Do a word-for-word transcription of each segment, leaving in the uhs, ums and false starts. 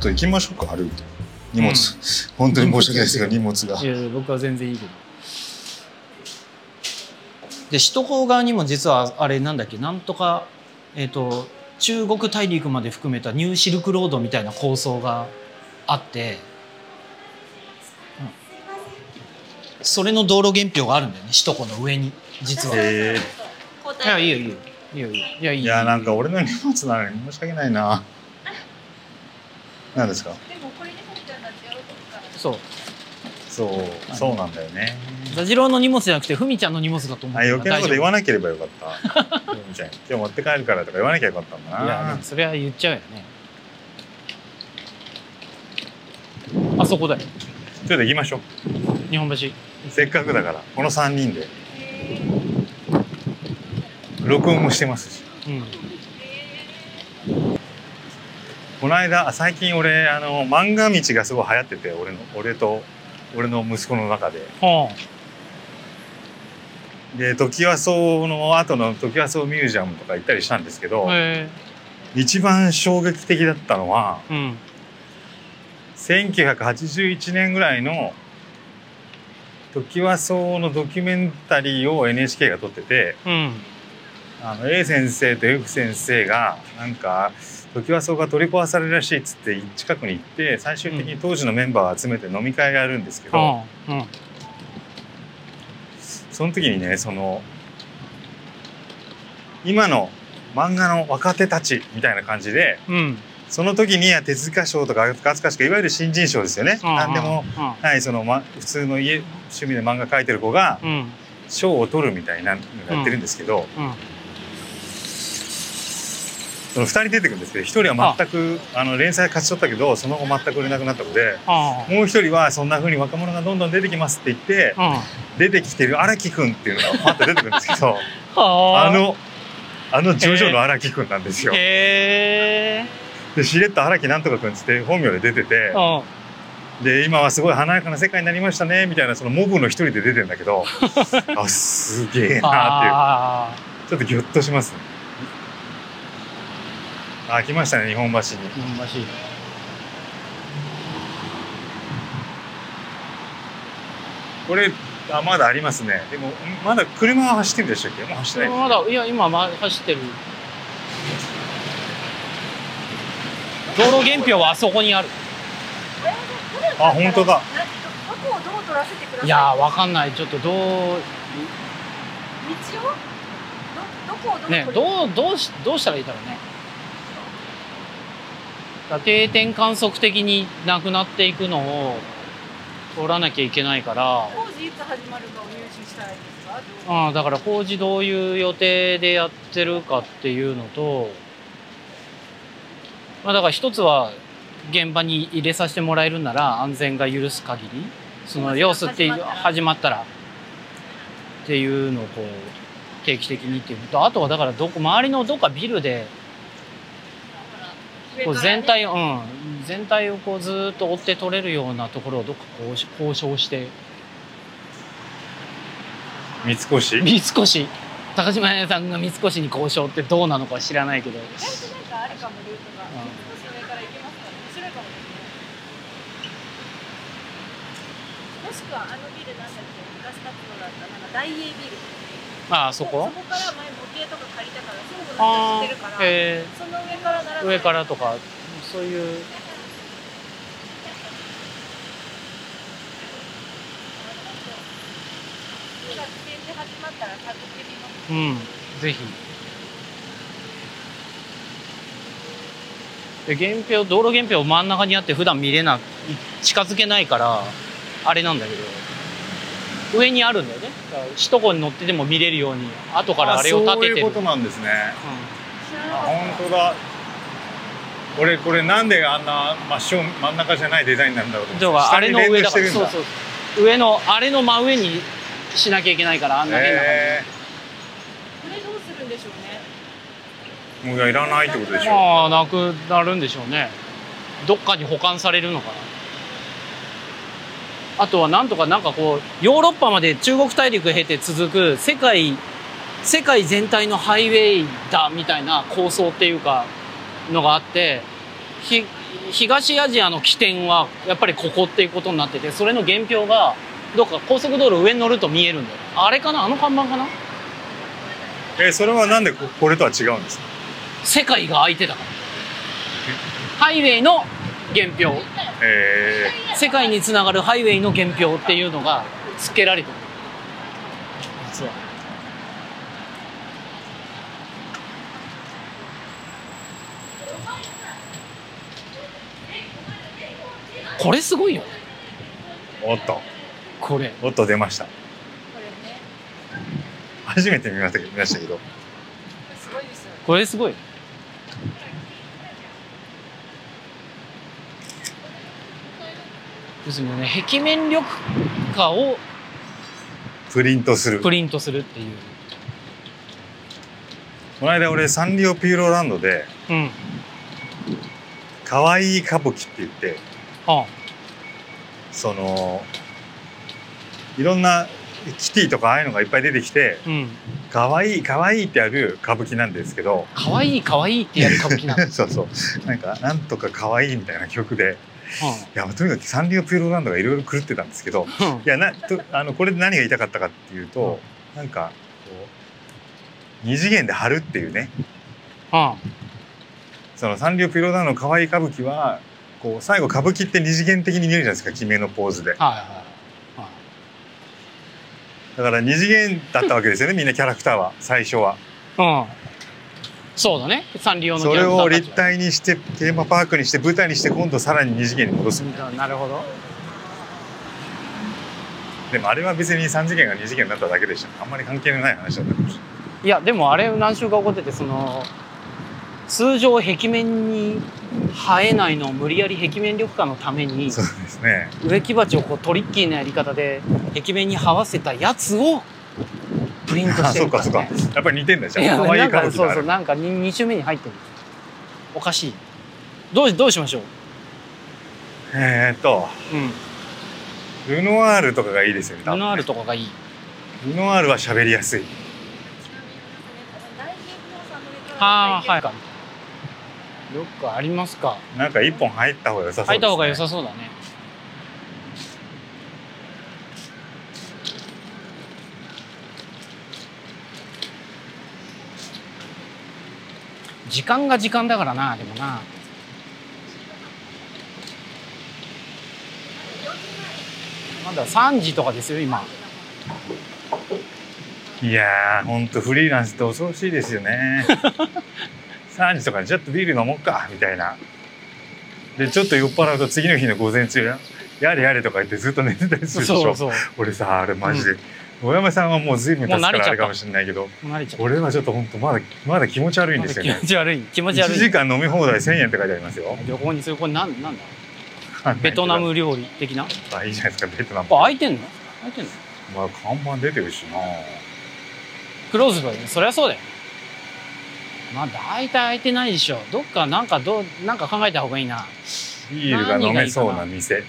と行きましょうか、歩いて。荷物、うん、本当に申し訳ないですが荷物が。 いやいや僕は全然いいけど。で首都高側にも実はあれなんだっけ、なんとかえっと中国大陸まで含めたニューシルクロードみたいな構想があって、うん、それの道路原標があるんだよね、首都高の上に実は。へえ。いやいいよいいよいいよいいよ。いやいい。 いやなんか俺の荷物なのに申し訳ないな。何ですか。 でもこれに入ったら違うから。 そう。 そうそうなんだよね。 座次郎の荷物じゃなくてふみちゃんの荷物だと思う。 あ、余計なこと言わなければよかった。ふみちゃん今日持って帰るからとか言わなきゃよかったんだな。 いやそれは言っちゃうよね。あそこだよ。 ちょっと行きましょう。日本橋。 せっかくだからこのさんにんで。録音もしてますし。うん、この間最近俺あの漫画道がすごい流行ってて、俺の俺と俺の息子の中で。はあ、でトキワ荘の後のトキワ荘ミュージアムとか行ったりしたんですけど、一番衝撃的だったのは、うん、せんきゅうひゃくはちじゅういちねんぐらいのトキワ荘のドキュメンタリーを エヌエイチケー が撮ってて、うん、あの A 先生と F 先生がなんかトキワ荘が取り壊されるらしいっつって近くに行って、最終的に当時のメンバーを集めて飲み会があるんですけど、うんうん、その時にね、その今の漫画の若手たちみたいな感じで、うん、その時には手塚賞とか赤塚賞、いわゆる新人賞ですよね。何でもないその、ま、普通の家趣味で漫画描いてる子が賞を取るみたいなのをやってるんですけど、うんうん、そのふたり出てくるんですけど、ひとりは全くあの連載勝ち取ったけどその後全く売れなくなったので、もうひとりはそんな風に若者がどんどん出てきますって言って出てきてる荒木くんっていうのがパッと出てくるんですけどあのあのジョジョの荒木くんなんですよ。へー。でしれっと荒木なんとかくんっつって本名で出てて、で今はすごい華やかな世界になりましたねみたいな、そのモブの一人で出てるんだけどあすげえなっていう、ちょっとギョッとしますね。あ、来ましたね、日本橋に。日本橋。 これあまだありますね。でもまだ車は走ってるんでしたっけ？もう走ってない。 まだいや今ま走ってる。道路原標はあそこにある。 あ、本当だ。 どこをどう取らせてください。 いやわかんない。ちょっとどう。道を？どどこをどうねどうどうしどうしたらいいだろうね。定点観測的になくなっていくのを通らなきゃいけないから。 工事いつ始まるかを入手したらいいですか？ ああだから工事どういう予定でやってるかっていうのと、まあだから一つは現場に入れさせてもらえるなら安全が許す限りその様子って始まったらっていうのをこう定期的にっていうと、あとはだからどこ周りのどっかビルでこう全体、うん、全体をこうずっと追って取れるようなところをどっかこう交渉して。 三越？ 三越。高島屋さんが三越に交渉ってどうなのか知らないけど。 意外となんかあるかもルートが。三越上から行けますから面白いかもですね。もしくはあのビルなんだっけ、昔活動だったなんか大英ビル。 ああそこ？ そこから前模型とか借りたからそういうの知ってるから、えー、その上からなら上からとかそういう。うん、ぜひ。で原標道路原標真ん中にあって普段見れな近づけないからあれなんだけど、上にあるんだよね。だから首都高に乗ってても見れるように後からあれを立ててる。 そういうことなんですね。うん、あ本当だ。俺これなんであんな真正真ん中じゃないデザインなんだろうと思って。 あれの上だからそうそう上のあれの真上にしなきゃいけないからあんな変な感じ。えーこれどうするんでしょうね。 もういらないってことでしょ。 まあなくなるんでしょうね。どっかに保管されるのかな。あとはなんとかなんかこうヨーロッパまで中国大陸経て続く世界世界全体のハイウェイだみたいな構想っていうかのがあって、ひ東アジアの起点はやっぱりここっていうことになってて、それの原標がどっか高速道路上に乗ると見えるんだよ。あれかな、あの看板かな。 えー、それはなんでここれとは違うんですか？ 世界が空いてたから。ハイウェイの原標、 え世界につながるハイウェイの原標っていうのが付けられてる。実はこれすごいよね。 ー、おっとこれおっと出ました。 これね、 初めて見ましたけど見ましたけどすごいですよね。 これすごい。要するにね、壁面緑化をプリントする。 プリントするっていう。 この間俺サンリオピューロランドでうん。 かわいい歌舞伎って言ってはそのいろんなキティとかああいうのがいっぱい出てきてあ、うん。 かわいいかわいいってやる歌舞伎なんですけど可愛い可愛いってやる歌舞伎なの。うん。 そうそうなんかなんとかかわいいみたいな曲でいやとにかくサンリオピューロランドがいろいろ狂ってたんですけどうん。 いやなとあのこれで何が言いたかったかっていうとなんかこう二次元で貼るっていうねうん。 そのサンリオピューロランドのかわいい歌舞伎はこう最後歌舞伎って二次元的に見えるじゃないですか決めのポーズではいはいはい。 だから二次元だったわけですよねみんなキャラクターは最初はうん。そうだね。サンリオのそれを立体。 体にしてテーマパークにして舞台にして今度さらに二次元に戻すみたいな。 なるほど。 でもあれは別に三次元が二次元になっただけでしょ。あんまり関係のない話だったかもしれない。 いやでもあれ何週か起こってて、その通常壁面に生えないのを無理やり壁面緑化のためにそうですね。 植木鉢をこうトリッキーなやり方で壁面に這わせたやつをプリントあ、 してそうかそうか。 るからね。 やっぱり似てんだじいやゃん。可愛いなんか歌舞伎がある。 そうそう、なんか に, に週目に入ってる。おかしい。どうどうしましょう。 えーっとうん。 ルノワールとかがいいですよね。多分ルノワールとかがいい。 ルノワールは喋りやすい。 大銀行さんのレトロはあ、はいか。どっかありますか。 なんか一本入った方が良さそうですね。 入った方が良さそうだね。時間が時間だからな、でもな。まださんじとかですよ今。 いやー、ほんとフリーランスって恐ろしいですよね。さんじとかにちょっとビール飲もうかみたいな。でちょっと酔っ払うと次の日の午前中ややれやれとか言ってずっと寝てたりするでしょ。 そうそう。 俺さあれマジで、大山さんはもう随分経つからあれかもしれないけど、 慣れちゃう。 俺はちょっと本当まだまだ気持ち悪いんですよね。 気持ち悪い。気持ち悪い。 いちじかん飲み放題せんえんって書いてありますよ。 旅行にする、これなんなんだ。ベトナム料理的な。 あ、いいじゃないですかベトナム。 あ、開いてんの？開いてんの？ まあ看板出てるしな。 クローズドだよね。そりゃそうだよ。まあ大体開いてないでしょ。どっかなんかどうなんか考えた方がいいな。 ビールが飲めそうな店。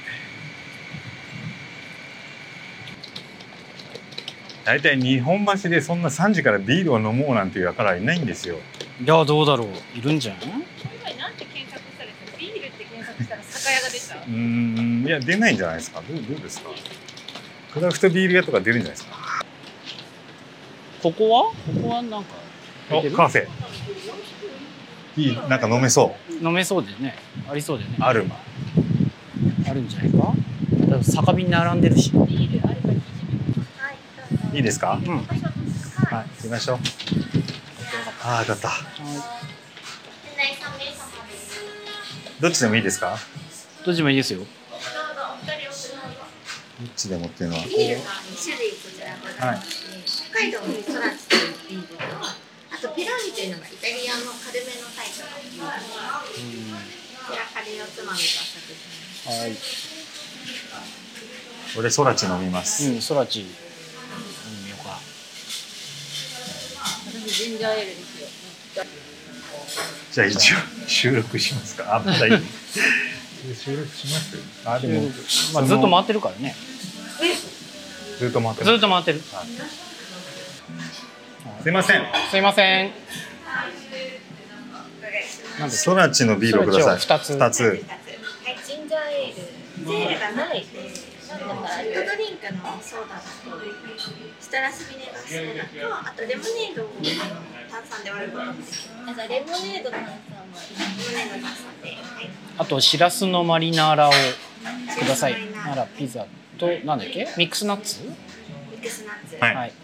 大体日本橋でそんなさんじからビールを飲もうなんていう輩はいないんですよ。 いやどうだろう。いるんじゃん。 今なんて検索したらいいですか？ビールって検索したら酒屋が出ちゃう。 うーん、いや出ないんじゃないですか。どうどうですか。クラフトビール屋とか出るんじゃないですか。 ここは？ここはなんかお、カフェ。いい、なんか飲めそ飲めそうでね。ありそうでね。 う。アルマ。 あるんじゃないか。だから酒瓶並んでるし。 ビールあればにじゅうはい、どうぞ。 いいですか。 うん。はい。 はい。 はい、行きましょう。ああ、だった。 内さん名様です。 どっちでもいいですか。 どっちもいいですよ。 どうぞお二人おすすめは。 どっちでもっていうのは。 ビールがに種類こちらございまして、北海道のソラチというビールと、あとペラーニというのがイタリアの軽めのタイプのビール。こちらカレーおつまみとお酒ですね。 はい。 俺ソラチ飲みます。 うん、ソラチ。うん、よか。 私ジンジャーエールですよ。 じゃあ一応収録しますか。あ、まだいい。収録します。あ、でも、 まあずっと回ってるからね。 ずっと待ってずます。 っと回ってる。 すいません。 すいません。なんでソラチのビールをください。 ソラチを二つ二つ。 ソーダだとシトラスビネガーソーダとあとレモネードを炭酸で割ることもできます。じゃあレモネード炭酸もレモネード炭酸で、はい、 あとしらすのマリナーラをください。 しらすのマリナーラならピザとなんだっけ？ミックスナッツ？ ミックスナッツ、 はいはい。 はい、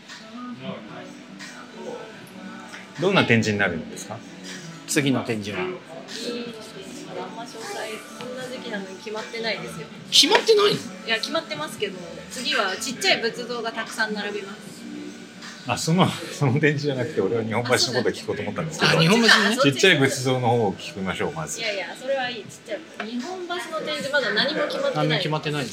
どんな展示になるんですか？ 次の展示は。 あんま詳細こんな時期なのに決まってないですよ。 決まってないの？ いや決まってますけど、次はちっちゃい仏像がたくさん並びます。 あ、そのその展示じゃなくて、俺は日本橋のことを聞こうと思ったんですけど、 あ、日本橋ね。 ちっちゃい仏像の方を聞きましょう。まずいやいやそれはいい。ちっちゃい日本橋の展示まだ何も決まってない。 何も決まってないです。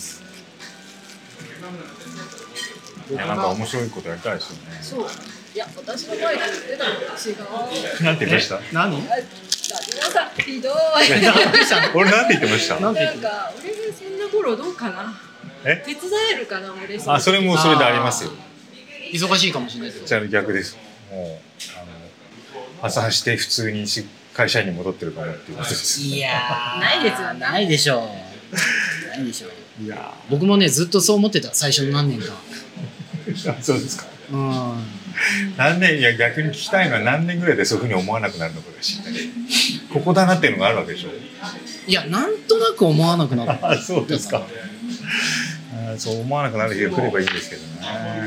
いや、なんか面白いことやりたいですよね。 そう。いや私の前で言ってたの違う。 なんて言いました？ 何？ だ皆さんひどい。 俺なんて言ってました？ なんて言ってなんか俺そんな頃どうかな。 え？ 手伝えるかな俺。 あ、それもそれでありますよ。 忙しいかもしれないけど。 じゃあ逆です。もうあの破産して普通に会社員に戻ってるかもっていうことです。 いやーないですよねないでしょう。ないでしょう。 いや僕もねずっとそう思ってた最初の何年か。 ー、そうですか。 うん。 何年いや逆に聞きたいのは何年ぐらいでそういうふうに思わなくなるのかが知りたい。ここだなっていうのがあるわけでしょ。 いやなんとなく思わなくなった。 あ、そうですか。あ、そう思わなくなる日が来ればいいんですけどね。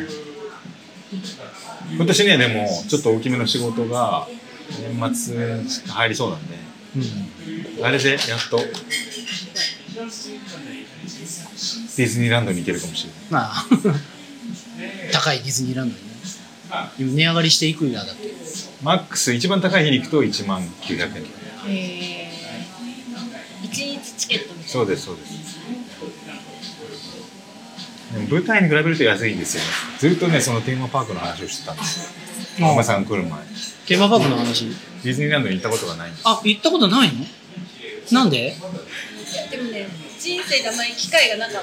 今年ねでもちょっと大きめの仕事が年末入りそうなんで、 うん、 あれでやっとディズニーランドに行けるかもしれない。 まあ高いディズニーランドにね。今値上がりしていくらだって。 マックス一番高い日に行くといちまんきゅうひゃくえん。 へえ。一日チケットみたいな。 そうですそうです。でも舞台に比べると安いんですよね。ずっとねそのテーマパークの話をしてたんですよ。お前さん来る前。 テーマパークの話。 ディズニーランドに行ったことがないんです。 あ、行ったことないの？なんで？ いやでもね人生であんまり機会がなかった。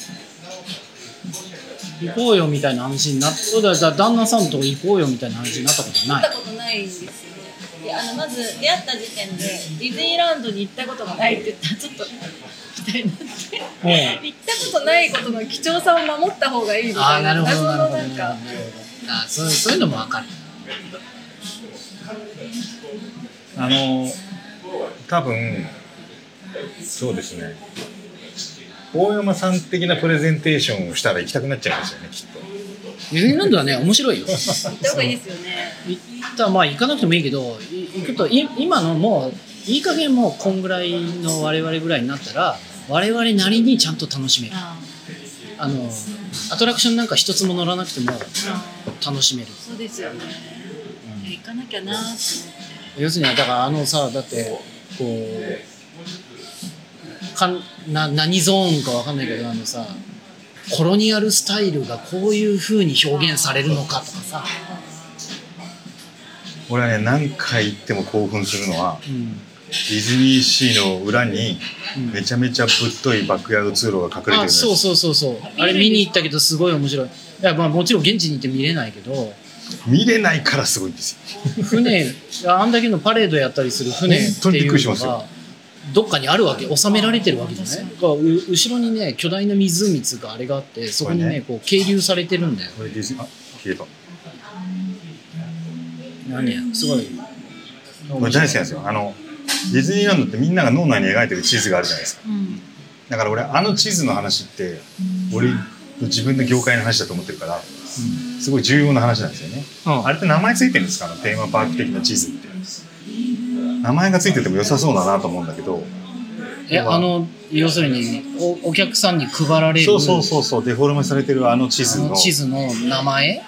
行こうよみたいな話になっそうだだ旦那さんと行こうよみたいな話になったことない。 行ったことないんですよね。いやあのまず出会った時点でディズニーランドに行ったことがないって言ったらちょっとみたいになって行ったことないことの貴重さを守った方がいいみたいな。 あーなるほどなるほど謎のなんかあそう、そういうのも分かる。 あの多分そうですね。大山さん的なプレゼンテーションをしたら行きたくなっちゃいますよねきっと。 ディズニーランドはね面白いよ。 行った方がいいですよね。 行ったまあ行かなくてもいいけどい行くとい今のもういい加減もうこんぐらいの我々ぐらいになったら我々なりにちゃんと楽しめる。 ああのアトラクションなんか一つも乗らなくても楽しめる。 そうですよね。いや行かなきゃなーって思って。 要するにだからあのさだってこうかんな何ゾーンかわかんないけどあのさコロニアルスタイルがこういう風に表現されるのかとかさ、 俺はね何回行っても興奮するのは、 うん、 ディズニーシーの裏にめちゃめちゃぶっといバックヤード通路が隠れてるんです。 あそうそうそうそうあれ見に行ったけどすごい面白い。いやまあもちろん現地に行って見れないけど見れないからすごいんですよ。 船あんだけのパレードやったりする船って本当にびっくりしいうのがますよ。 どっかにあるわけ収められてるわけじゃない。だからう後ろにね巨大な湖つうかあれがあってそこにねこう係留されてるんだよ。 これディズニーあ消えた。 何やすごいこれ大好きなんですよ。あのディズニーランドってみんなが脳内に描いてる地図があるじゃないですか。 うんだから俺あの地図の話って俺自分の業界の話だと思ってるからすごい重要な話なんですよね。 うんあれって名前ついてるんですか？あのテーマパーク的な地図って名前がついてても良さそうだなと思うんだけど。 えあの要するに お, お客さんに配られるそうそうそうそうデフォルメされてるあの地図のあの地図の名前。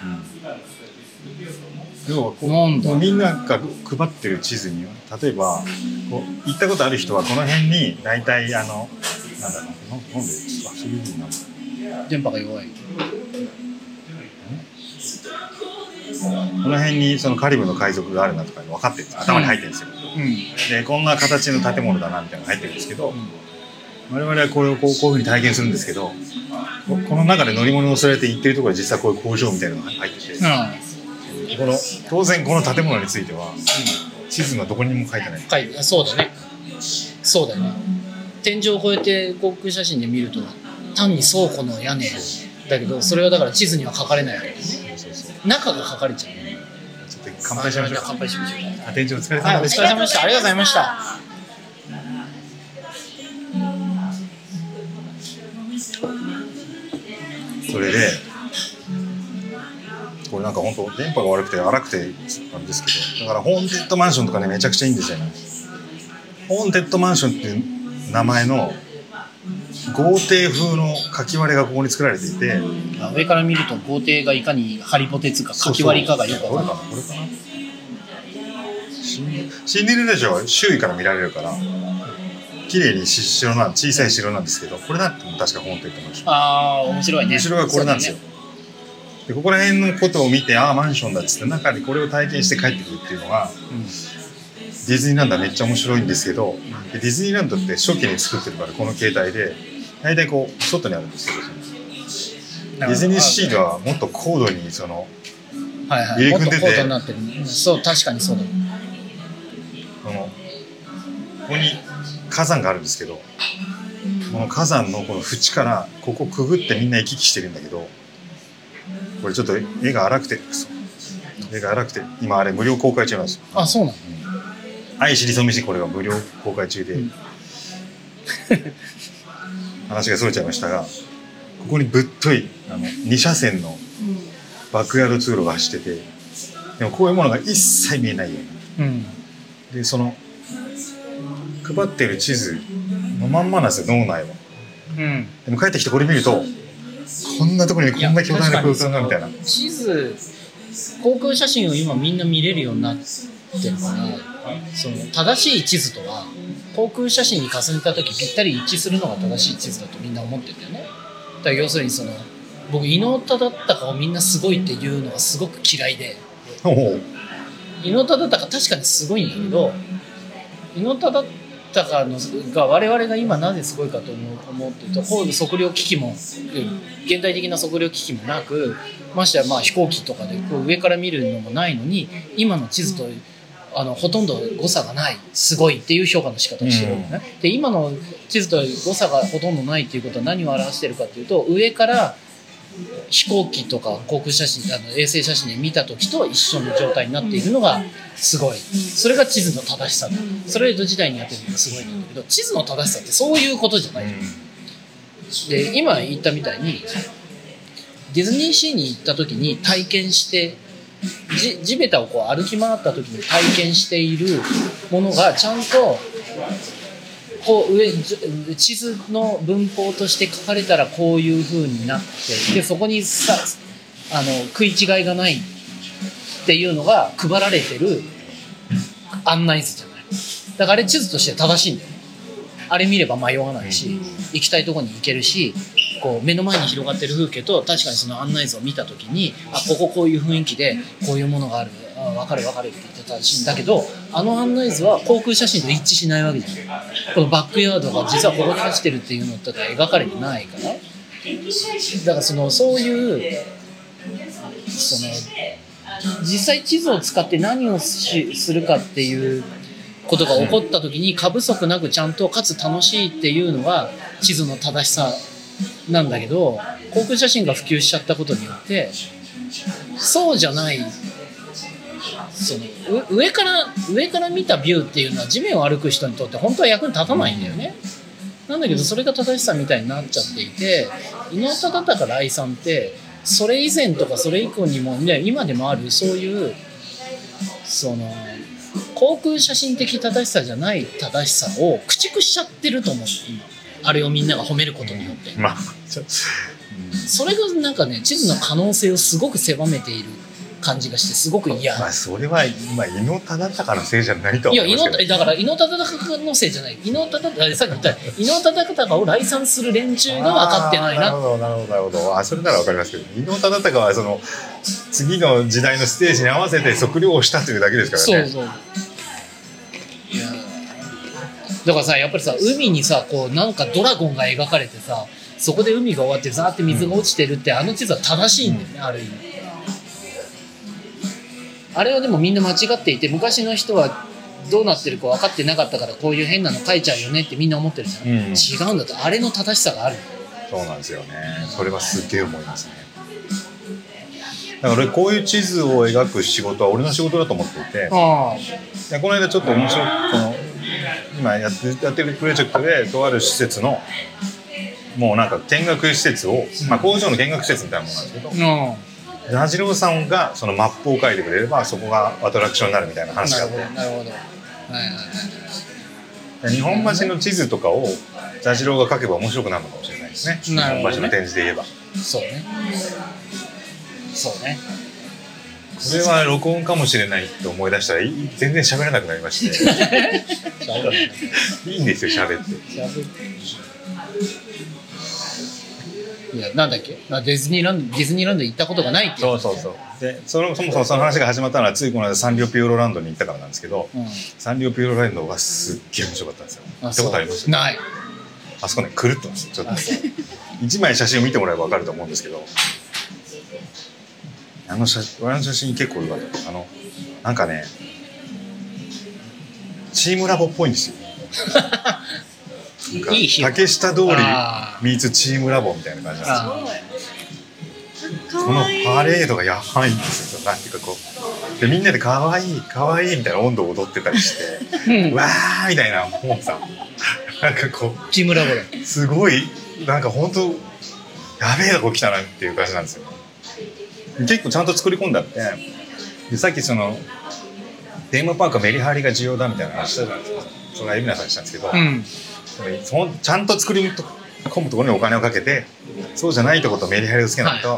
要はこうなんだもうみんなが配ってる地図には例えばこう行ったことある人はこの辺に大体あのなんだろうななんであそういう風になる電波が弱い。 この辺にそのカリブの海賊があるなとか分かってるんです頭に入ってるんですよ、 うんでこんな形の建物だなみたいなのが入ってるんですけど、うん、我々はこれをこうこういう風に体験するんですけどここの中で乗り物を乗せられて行ってるところは実はこういう工場みたいなのが入ってて、 うん、 この当然この建物については、うん、地図がどこにも書いてない。 書いてそうだねそうだよね。天井を越えて航空写真で見ると単に倉庫の屋根だけどそれはだから地図には書かれないわけね。 そうそう中が書かれちゃう。 ちょっと乾杯しましょう。 乾杯しましょう。 あ、店長お疲れはい、お様でし疲れ様でした。ありがとうございました。 それでこれなんか本当電波が悪くて荒くてなんですけど、だからホーンテッドマンションとかねめちゃくちゃいいんですよね。ホーンテッドマンションっていう名前の豪邸風のかき割れがここに作られていて、 上から見ると豪邸がいかにハリポテつかかき割りかがよくわかる。 これかなこれかな。シンデレラ城は周囲から見られるから綺麗に城なん小さい城なんですけど、これなんて確かホーンテッドマンション。 ああ面白いね。 後ろがこれなんですよ。でここら辺のことを見て、ああマンションだっつって中でこれを体験して帰ってくるっていうのが、うん、ディズニーランドはめっちゃ面白いんですけど、うん、ディズニーランドって初期に作ってるからこの形態で大体こう外にあるんですけど、ディズニーシーではもっと高度にその入り組んでて、 もっと高度になってる、うん、そう確かにそうだ。 このここに火山があるんですけど、この火山のこの縁からここくぐってみんな行き来してるんだけど、これちょっと絵が荒くて絵が荒くて今あれ無料公開中なんですよ。 あ、そうなの。 愛知りそめしこれが無料公開中で、うん、話がそれちゃいましたが、ここにぶっといあのに車線のバックヤード通路が走ってて、でもこういうものが一切見えないように、うん、でその配ってる地図のまんまなんですよ脳内は、うん、でも帰ってきてこれ見るとこんなところにこんな巨大な空間がみたいな。 地図航空写真を今みんな見れるようになってるから、その正しい地図とは航空写真に重ねた時ぴったり一致するのが正しい地図だとみんな思ってるよね。だから要するにその僕伊能忠敬をみんなすごいっていうのがすごく嫌いで、伊能忠敬確かにすごいんだけど、伊能忠敬のが我々が今なぜすごいかと思うっていうと、高度測量機器も現代的な測量機器もなく、ましてやまあ飛行機とかでこう上から見るのもないのに今の地図とあのほとんど誤差がないすごいっていう評価の仕方をしてるんだね、うん、で今の地図と誤差がほとんどないっていうことは何を表しているかというと、上から飛行機とか航空写真あの衛星写真で見た時と一緒の状態になっているのがすごい。それが地図の正しさだ。それを江戸時代にやってるのがすごいんだけど、地図の正しさってそういうことじゃない。で今言ったみたいにディズニーシーに行った時に体験して地, 地べたをこう歩き回った時に体験しているものがちゃんとこう上地図の文法として書かれたらこういう風になって、でそこにさあの食い違いがないっていうのが配られてる案内図じゃない。だからあれ地図として正しいんだよね。あれ見れば迷わないし、行きたいところに行けるし、こう目の前に広がってる風景と確かにその案内図を見た時に、あこここういう雰囲気でこういうものがある、あ分かる分かるって言ってたらしいんだけど、あの案内図は航空写真と一致しないわけじゃない。このバックヤードが実はここに走ってるっていうのとか描かれてないから、だからそのそういうその実際地図を使って何をしするかっていうことが起こった時に過不足なくちゃんとかつ楽しいっていうのが地図の正しさなんだけど、航空写真が普及しちゃったことによってそうじゃない、その上から上から見たビューっていうのは地面を歩く人にとって本当は役に立たないんだよね。なんだけどそれが正しさみたいになっちゃっていて、伊能忠敬来さんってそれ以前とかそれ以降にも今でもあるそういうその航空写真的正しさじゃない正しさを駆逐しちゃってると思う。今あれをみんなが褒めることによって、まあ、それがなんかね地図の可能性をすごく狭めている感じがしてすごく嫌。 まあそれは今伊能忠敬のせいじゃないと思いますけど。いや伊能だから伊能忠敬のせいじゃない。伊能忠敬さっき言った伊能忠敬を来賛する連中が分かってないな。 なるほどなるほどなるほど。あそれなら分かりますけど、伊能忠敬はその次の時代のステージに合わせて測量をしたというだけですからね。そうそう。 いやだからさやっぱりさ海にさこうなんかドラゴンが描かれてさ、そこで海が終わってザーって水が落ちてるって、うん、あの地図は正しいんだよね、うん、ある意味。あれはでもみんな間違っていて、昔の人はどうなってるか分かってなかったからこういう変なの書いちゃうよねってみんな思ってるじゃん、うん、違うんだと。あれの正しさがある。 そうなんですよね。それはすっげえ思いますね。だから俺こういう地図を描く仕事は俺の仕事だと思っていて、 あいやこの間ちょっと面白いこの今やってやってるプロジェクトでとある施設のもうなんか見学施設を、まあ、工場の見学施設みたいなものなんですけど、 うん、 彌次郎さんがそのマップを書いてくれればそこがアトラクションになるみたいな話があって、 なるほどなるほど、はいはいはい、日本橋の地図とかを彌次郎が書けば面白くなるのかもしれないですね。日本橋の展示で言えばそうねそうね。 これは録音かもしれないって思い出したら全然喋れなくなりましていいんですよ喋って喋っていやなんだっけディズニーランドディズニーランド行ったことがないっていう、 そうそうそうでそのそもそもその話が始まったのはついこの間サンリオピューロランドに行ったからなんですけど、うん、サンリオピューロランドがすっげえ面白かったんですよ。行ったことあります？ ない。 あそこねくるっとますちょっと一枚写真を見てもらえば分かると思うんですけど、あの写真、俺の写真結構良かった。あのなんかねチームラボっぽいんですよなんかいい竹下通りミーツチームラボみたいな感じなんですよ。このパレードがやばいんですよ。なんていうかこうでみんなで可愛い可愛いみたいな温度を踊ってたりして、うん、わーみたいなもうさなんかこうチームラボすごいなんか本当やべえとこ来たなっていう感じなんですよ。結構ちゃんと作り込んであってでさっきそのテーマパークはメリハリが重要だみたいな話したじゃないですか。それは海老名さんしたんですけど、うん、そのちゃんと作り込むところにお金をかけてそうじゃないところとメリハリをつけないと、はい、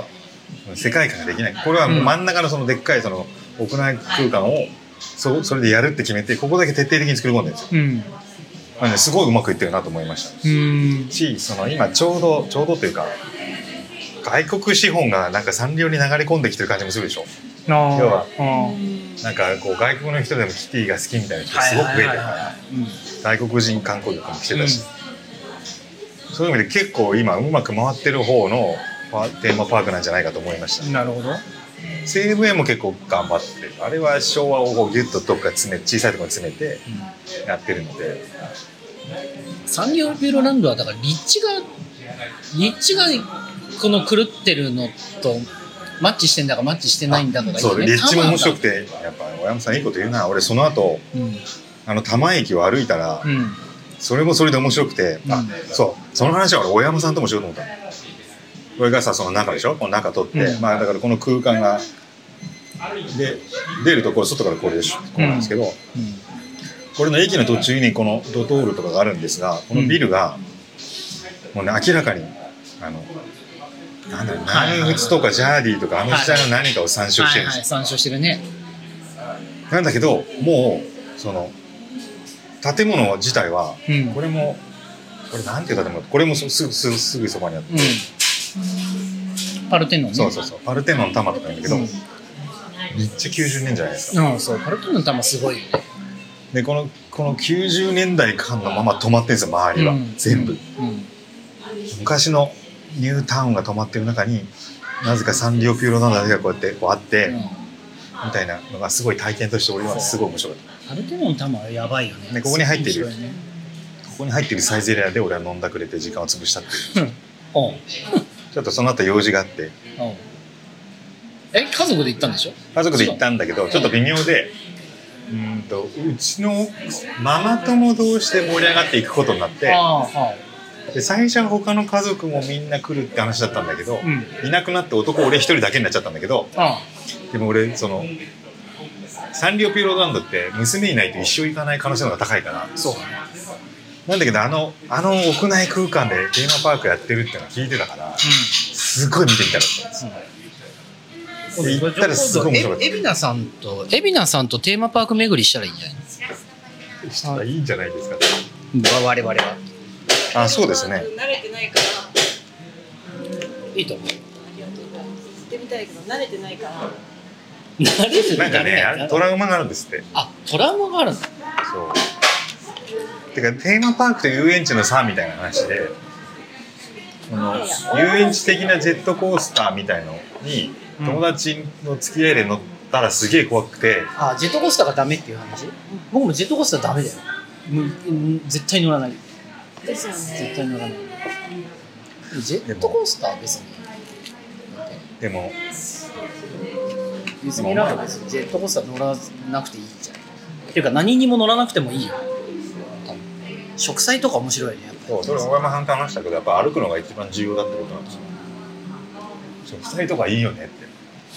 世界観ができない。これは真ん中のそのでっかいその屋内空間を そ, それでやるって決めてここだけ徹底的に作り込んでるんですよ、うんまあね、すごいうまくいってるなと思いました。うんしその今ちょうどちょうどというか外国資本がなんかサンリオに流れ込んできてる感じもするでしょ。要はなんかこう外国の人でもキティが好きみたいな人すごく増えてるから外国人観光客も来てたし、うん、そういう意味で結構今うまく回ってる方のテーマパークなんじゃないかと思いました。 なるほど。 西武園も結構頑張ってる。あれは昭和をギュッとどっか詰め小さいところに詰めてやってるので、 うん、サンリオピューロランドはだから立地が立地がこの狂ってるのとマッチしてんだかマッチしてないんだかがいいね。 そう立地も面白くてやっぱ小山さんいいこと言うな。俺その後、うん、あの多摩駅を歩いたら、うん、それもそれで面白くて、うん、あそうその話は俺小山さんともしようと思ったの。これがさその中でしょ。この中取って、うん、まあだからこの空間がで出るところ外からこれでしょこうなんですけど、うんうん、これの駅の途中にこのドトールとかがあるんですがこのビルが、もうね明らかにあのなんだろう南仏とかジャーディとかあの時代の何かを参照してるんですよ、はいはいはい、 参照してるね。 なんだけどもうその建物自体は、うん、これもこれなんていう建物これもすぐすぐすぐそばにあって、うん、 パルテノンね。 そうそうそうパルテノンの玉とか言うんだけど、うん、めっちゃきゅうじゅうねんじゃないですか。 うんそうパルテノンの玉すごいよね。 でこのこのきゅうじゅうねんだい間のまま止まってるんですよ周りは、うん、全部、うんうん、昔のニュータウンが止まってる中になぜかサンリオピューロランドだけがこうやってこうあって、うん、みたいなのがすごい体験として俺はすごい面白かった。 パルテノンの玉はやばいよね。 でここに入っている、ね、ここに入っているサイゼリアで俺は飲んだくれて時間を潰したっていうちょっとその後用事があってえ家族で行ったんでしょ。 家族で行ったんだけどちょっと微妙でうんとうちのママ友同士で盛り上がっていくことになってああで最初は他の家族もみんな来るって話だったんだけど、うん、いなくなって男俺一人だけになっちゃったんだけどああでも俺そのサンリオピューロランドって娘いないと一生行かない可能性の方が高いからそうなんだけどあのあの屋内空間でテーマパークやってるっていうのを聞いてたから、うん、すごい見てみたかったんですよ、うん、で行ったらすごい面白かった。 海老名さんと海老名さんとテーマパーク巡りしたらいいんじゃないの。 したらいいんじゃないですか我々は。 あそうですね。 慣れてないからいいと思う。 行ってみたいけど慣れてないから。 慣れてなんかねトラウマがあるんですって。 あトラウマがあるんだ。 そうてかテーマパークと遊園地の差みたいな話でこの遊園地的なジェットコースターみたいのに友達の付き合いで乗ったらすげえ怖くて、うん、 あジェットコースターがダメっていう話。僕もジェットコースターダメだよ。絶対乗らないですよね。絶対乗らない。 ジェットコースターは別にでもディズニーランドは別にジェットコースター乗らなくていいじゃん。っていうか何にも乗らなくてもいいよ。植栽とか面白いね。やっぱりそうそれ小山さんと話したけどやっぱ歩くのが一番重要だってことなんですよ。植栽とかいいよねって。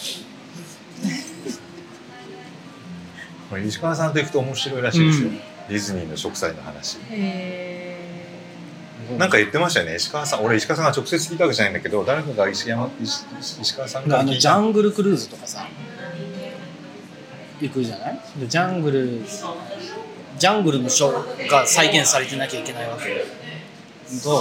これ石川さんと行くと面白いらしいですよ、うん、ディズニーの植栽の話。 へーなんか言ってましたよね石川さん。俺石川さんが直接聞いたわけじゃないんだけど誰かが 石, 山 石, 石川さんから聞いた。あのジャングルクルーズとかさ行くじゃない。でジャングルジャングルのショーが再現されてなきゃいけないわけと、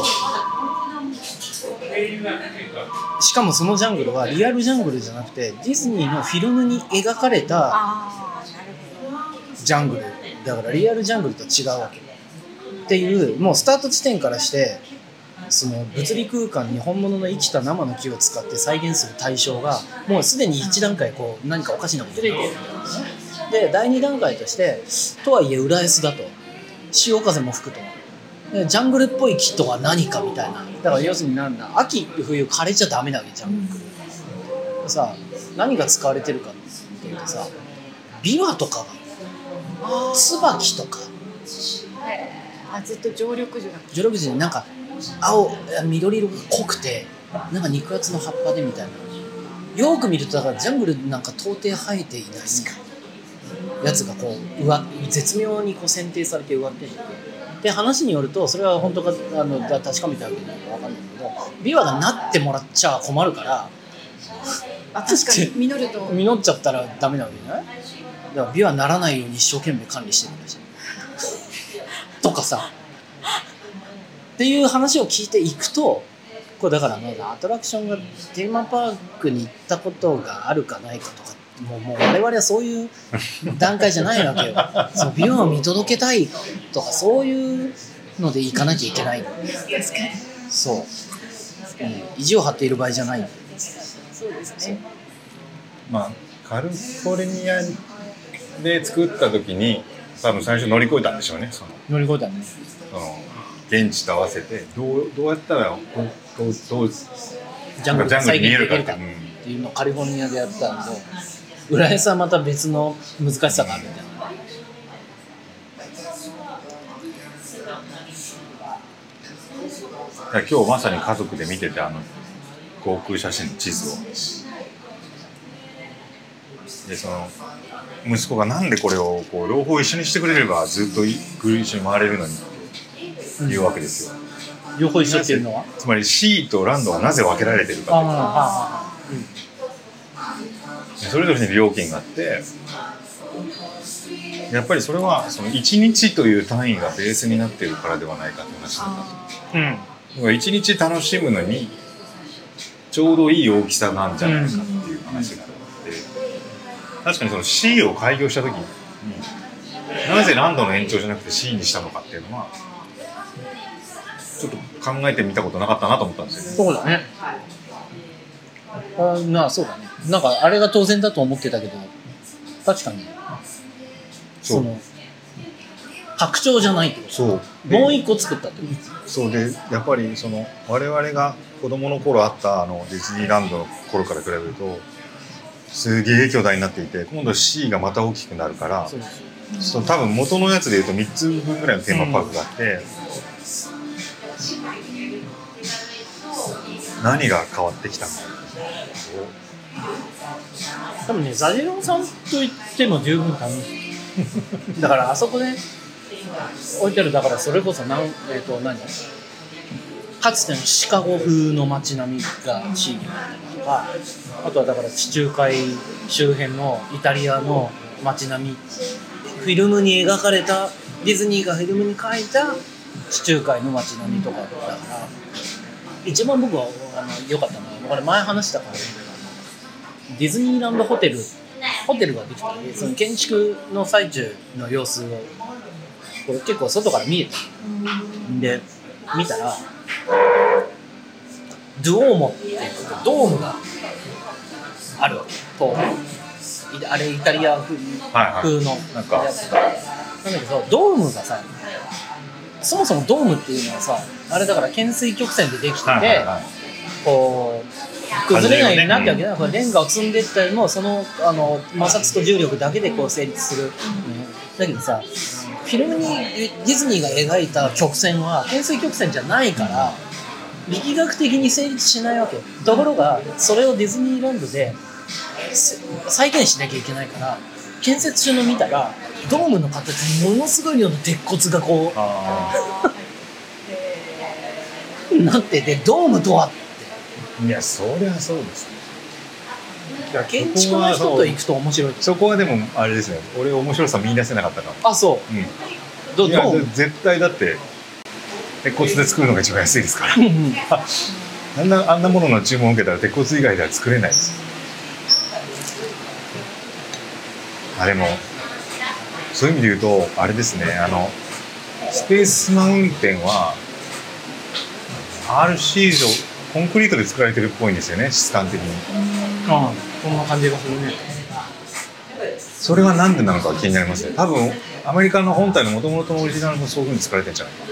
しかもそのジャングルはリアルジャングルじゃなくてディズニーのフィルムに描かれたジャングルだからリアルジャングルと違うわけっていう、もうスタート地点からしてその物理空間に本物の生きた生の木を使って再現する対象がもうすでに一段階こう何かおかしなことになってるんだよね。でだいに段階としてとはいえ浦安だと潮風も吹くとでジャングルっぽい木とは何かみたいな。だから要するになんだ秋冬枯れちゃダメなわけジャングルさ。何が使われてるかっていうとさビワとか椿とかあずっと常緑樹だ常緑樹でなんか青緑色が濃くてなんか肉厚の葉っぱでみたいな。よく見るとだからジャングルなんか到底生えていないやつがこううわ絶妙にこう選定されて植わってるで話によるとそれは本当かあの確かめたわけじゃないか分かんないけどビワがなってもらっちゃ困るからあ確かに実ると実っちゃったらダメなわけじゃない。だからビワならないように一生懸命管理してるらしいとかさっていう話を聞いていくとこれだからねアトラクションがテーマパークに行ったことがあるかないかとかもう、もう我々はそういう段階じゃないわけよそうビワを見届けたいとかそういうので行かなきゃいけない。確かにそう、うん、意地を張っている場合じゃない。 そうですね。 まあカリフォルニアで作った時に多分最初乗り越えたんでしょうね。その乗り越えたね。 その現地と合わせてどう、どうやったらどうどうどうジャングル再現できるかっていうのをカリフォルニアでやったんで浦安はまた別の難しさがあるみたいな。 今日まさに家族で見ててあの航空写真の地図をでその息子がなんでこれをこう両方一緒にしてくれればずっと一緒に回れるのにっていうわけですよ、 うん、両方一緒っていうのはつまり C とランドはなぜ分けられてるかっていう、あうん、それぞれに料金があってやっぱりそれはそのいちにちという単位がベースになっているからではないかって話なんだと、うん、いちにち楽しむのにちょうどいい大きさなんじゃないかっていう話があって、うん、確かにその C を開業した時になぜランドの延長じゃなくて C にしたのかっていうのはちょっと考えてみたことなかったなと思ったんですよね。 そうだね。あなあそうだね。なんかあれが当然だと思ってたけど確かにその拡張じゃないってこと。そうもう一個作ったってこと。 そうでやっぱりその我々が子供の頃あったあのディズニーランドの頃から比べるとすげえ巨大になっていて今度 C がまた大きくなるからそうそう多分元のやつでいうとみっつぶんぐらいのテーマパークがあって、うん、何が変わってきたのか多分ねザジロンさんと言っても十分楽しいだからあそこで置いてあるだからそれこそ何、えー、と何かつてのシカゴ風の街並みが C になったりとかあとはだから地中海周辺のイタリアの街並みフィルムに描かれたディズニーがフィルムに描いた地中海の街並みとかだから一番僕はあの良かったのはこれ前話したからディズニーランドホテルホテルができたのでその建築の最中の様子をこれ結構外から見えたで見たらドゥオーモっていうドームがあるわけとあれイタリア風、はいはい、風のやつなんだけどドームがさそもそもドームっていうのはさ、あれだから懸垂曲線でできてて、 はいはいはい、 こう崩れないようになってわけだ、ね、うん、レンガを積んでいったりもそのあの摩擦と重力だけでこう成立する、うん、だけどさ、フィルムにディズニーが描いた曲線は懸垂曲線じゃないから力学的に成立しないわけ。ところがそれをディズニーランドで再現しなきゃいけないから建設中の見たらドームの形にものすごい量の鉄骨がこうなってて、ドームとはって。 いや、そりゃそうですね。 建築の人と行くと面白い。 そこはでもあれですね、俺面白さ見出せなかったから。 あ、そう、うん、どいや絶対だって鉄骨で作るのが一番安いですからあんなあんなものの注文を受けたら鉄骨以外では作れないですよ。あ、でもそういう意味で言うとあれですね、あのスペースマウンテンは アールシー 以上コンクリートで作られてるっぽいんですよね、質感的に。 ああ、こんな感じがするね。 それは何でなのか気になりますね。多分アメリカの本体の元々のオリジナルもそういう風に作られてるんじゃないか。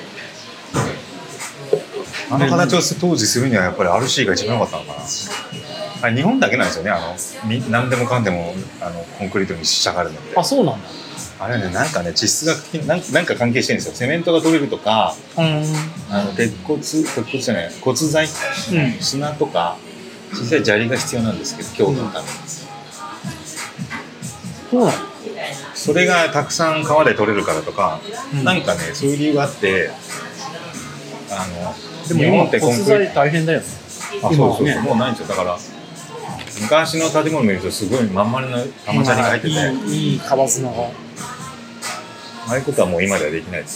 あの形を当時するにはやっぱり アールシー が一番良かったのかな。あれ日本だけなんですよね、あの何でもかんでもあのコンクリートに仕上がるのって。 あ、そうなんだ。 あれね、なんかね、地質学的なんなんか関係してるんですよ。セメントが取れるとか、うん、あの鉄骨鉄骨じゃない骨材、うん、砂とか小さい砂利が必要なんですけど、強度のために、うん、それがたくさん川で取れるからとか、うん、なんかね、そういう理由があって、あのでも今骨材大変だよね。 あ、そうそうそう、ね、もうないんですよ。だから昔の建物見るとすごいまん丸な玉砂利が入ってて、 いい、いい川砂が、 ああいうことはもう今ではできないです。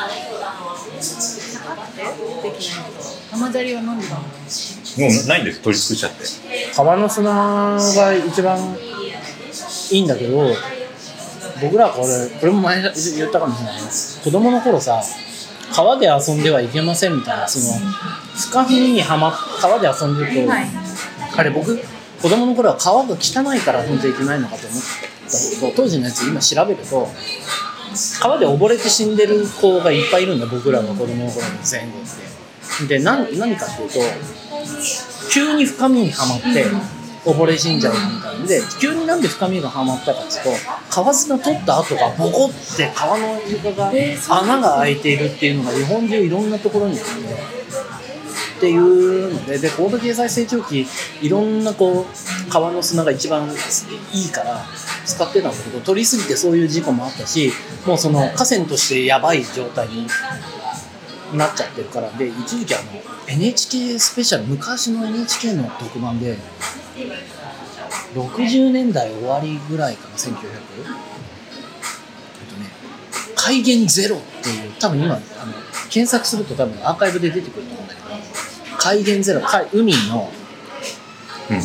玉砂利は何でだろう。 もうないんです、取り尽くしちゃって。 川の砂が一番いいんだけど、僕らこれこれも前言ったかもしれない。子供の頃さ、川で遊んではいけませんみたいな、そのスカフにはま川で遊んでると、はい、あれ僕子供の頃は川が汚いから遊んじゃいけないのかと思ったけど、当時のやつ今調べると川で溺れて死んでる子がいっぱいいるんだ、僕らが子供の頃の前後って。で 何, 何かっていうと、急に深みにはまって溺れ死んじゃうみたいなので、急になんで深みがはまったかっていうと、川砂取った後がボコって川の床が穴が開いているっていうのが日本中いろんなところにあってっていうので、で高度経済成長期いろんなこう川の砂が一番いいから使ってたんだけど、取りすぎてそういう事故もあったし、もうその河川としてやばい状態になっちゃってるから。で一時期あの エヌエイチケー スペシャル、昔の エヌエイチケー の特番でろくじゅうねんだい終わりぐらいかな、せんきゅうひゃく、えっとね、海源ゼロっていう、多分今あの検索すると多分アーカイブで出てくると思うんだけど、海源ゼロ、海の、うん、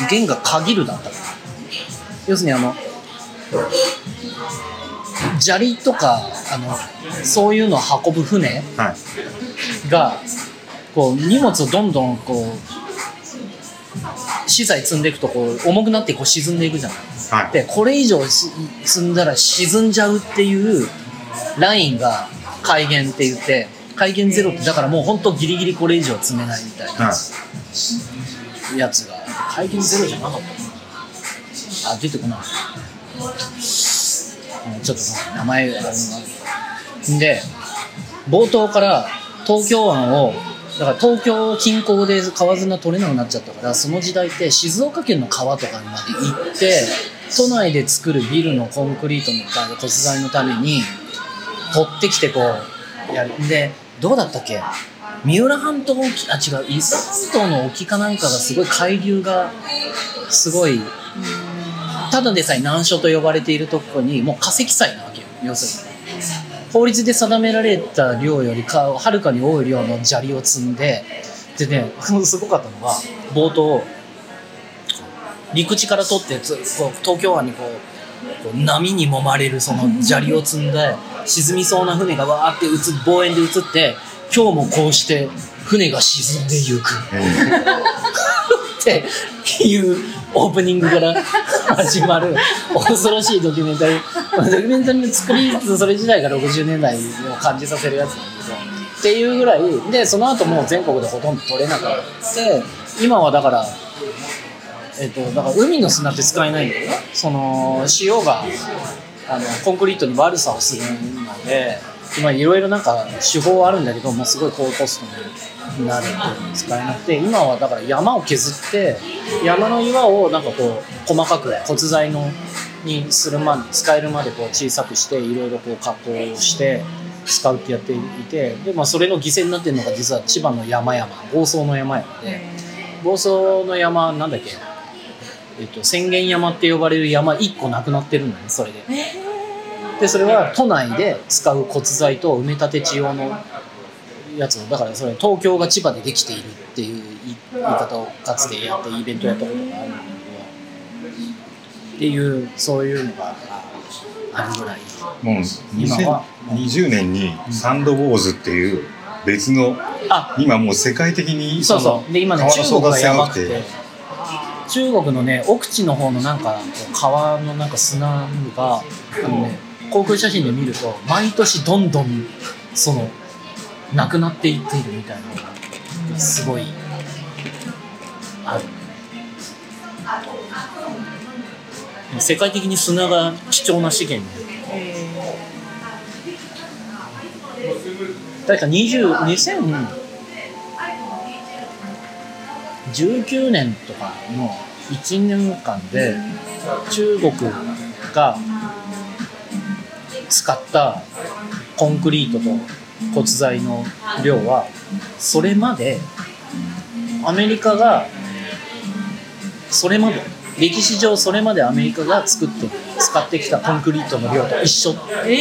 源が限るだったから、要するにあの砂利とかあのそういうのを運ぶ船がこう荷物をどんどんこう資材積んでいくとこう重くなってこう沈んでいくじゃない、はい、でこれ以上積んだら沈んじゃうっていうラインが海源って言って、海源ゼロってだからもう本当ギリギリこれ以上積めないみたいなやつが、海源ゼロじゃなかったかなあ、出てこない、ちょっと名前あので、冒頭から東京湾をだから東京近郊で川砂取れなくなっちゃったから、その時代って静岡県の川とかにまで行って都内で作るビルのコンクリートの骨材のために取ってきてこうやる。でどうだったっけ、三浦半島沖、あ違う伊豆半島の沖かなんかがすごい海流がすごい、ただでさえ難所と呼ばれているところにもう化石採なわけよ。要するに法律で定められた量よりかはるかに多い量の砂利を積んで、でね、すごかったのが冒頭陸地から取ってこう東京湾にこう、こう波に揉まれるその砂利を積んで沈みそうな船がわーって映望遠で映って、今日もこうして船が沈んでゆくっていうオープニングから始まる恐ろしいドキュメンタリードキュメンタリーの作りそれ自体がろくじゅうねんだいを感じさせるやつなんだけどっていうぐらいで、その後もう全国でほとんど取れなくなって、今はだからえっとだから海の砂って使えないんだよね。その塩があのコンクリートに悪さをするので、今いろいろなんか手法はあるんだけどもうすごい高コストになるっていうのに使えなくて、今はだから山を削って山の岩をなんかこう細かく骨材のにするまで使えるまでこう小さくしていろいろこう加工して使うってやっていて、で、まあ、それの犠牲になってるのが実は千葉の山々房総の山々で、房総の山なんだっけ、えっと、浅間山って呼ばれる山いっこなくなってるんだね。それででそれは都内で使う骨材と埋め立て地用のやつを、だからそれ東京が千葉でできているっていう言い方をかつてやってイベントやったことがあるんだけどっていうそういうのがあるぐらい、 もう今はにじゅうねんにサンドウォーズっていう別の、 あ、 今もう世界的にそうそうで今ね中国がやばくて、 て中国のね奥地の方のなんか川のなんか砂があのね航空写真で見ると毎年どんどんそのなくなっていっているみたいなのがすごいある。世界的に砂が貴重な資源で、確かにじゅうにせんじゅうきゅうねんとかのいちねんかんで中国が使ったコンクリートと骨材の量はそれまでアメリカがそれまで歴史上それまでアメリカが作って使ってきたコンクリートの量と一緒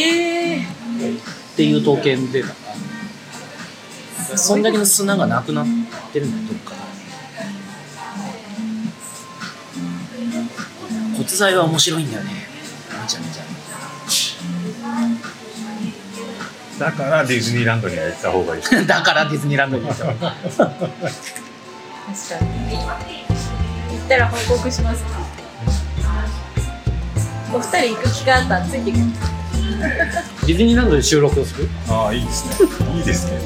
っていう統計データがある。そんだけの砂がなくなってるんだよどっかで。骨材は面白いんだよね、めちゃめちゃ。 だからディズニーランドには行った方がいいだからディズニーランドに行った方がいい確かに行ったら報告します。お二人行く機会あったらついてくる。 ディズニーランドで収録をする。 ああいいですねいいですね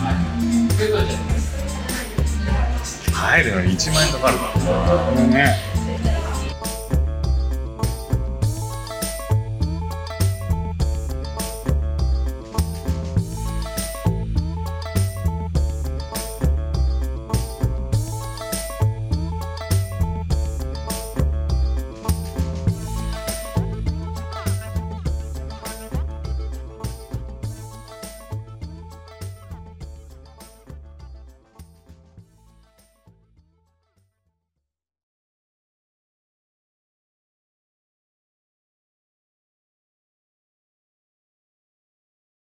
帰るのにいちまんえんかかるからなね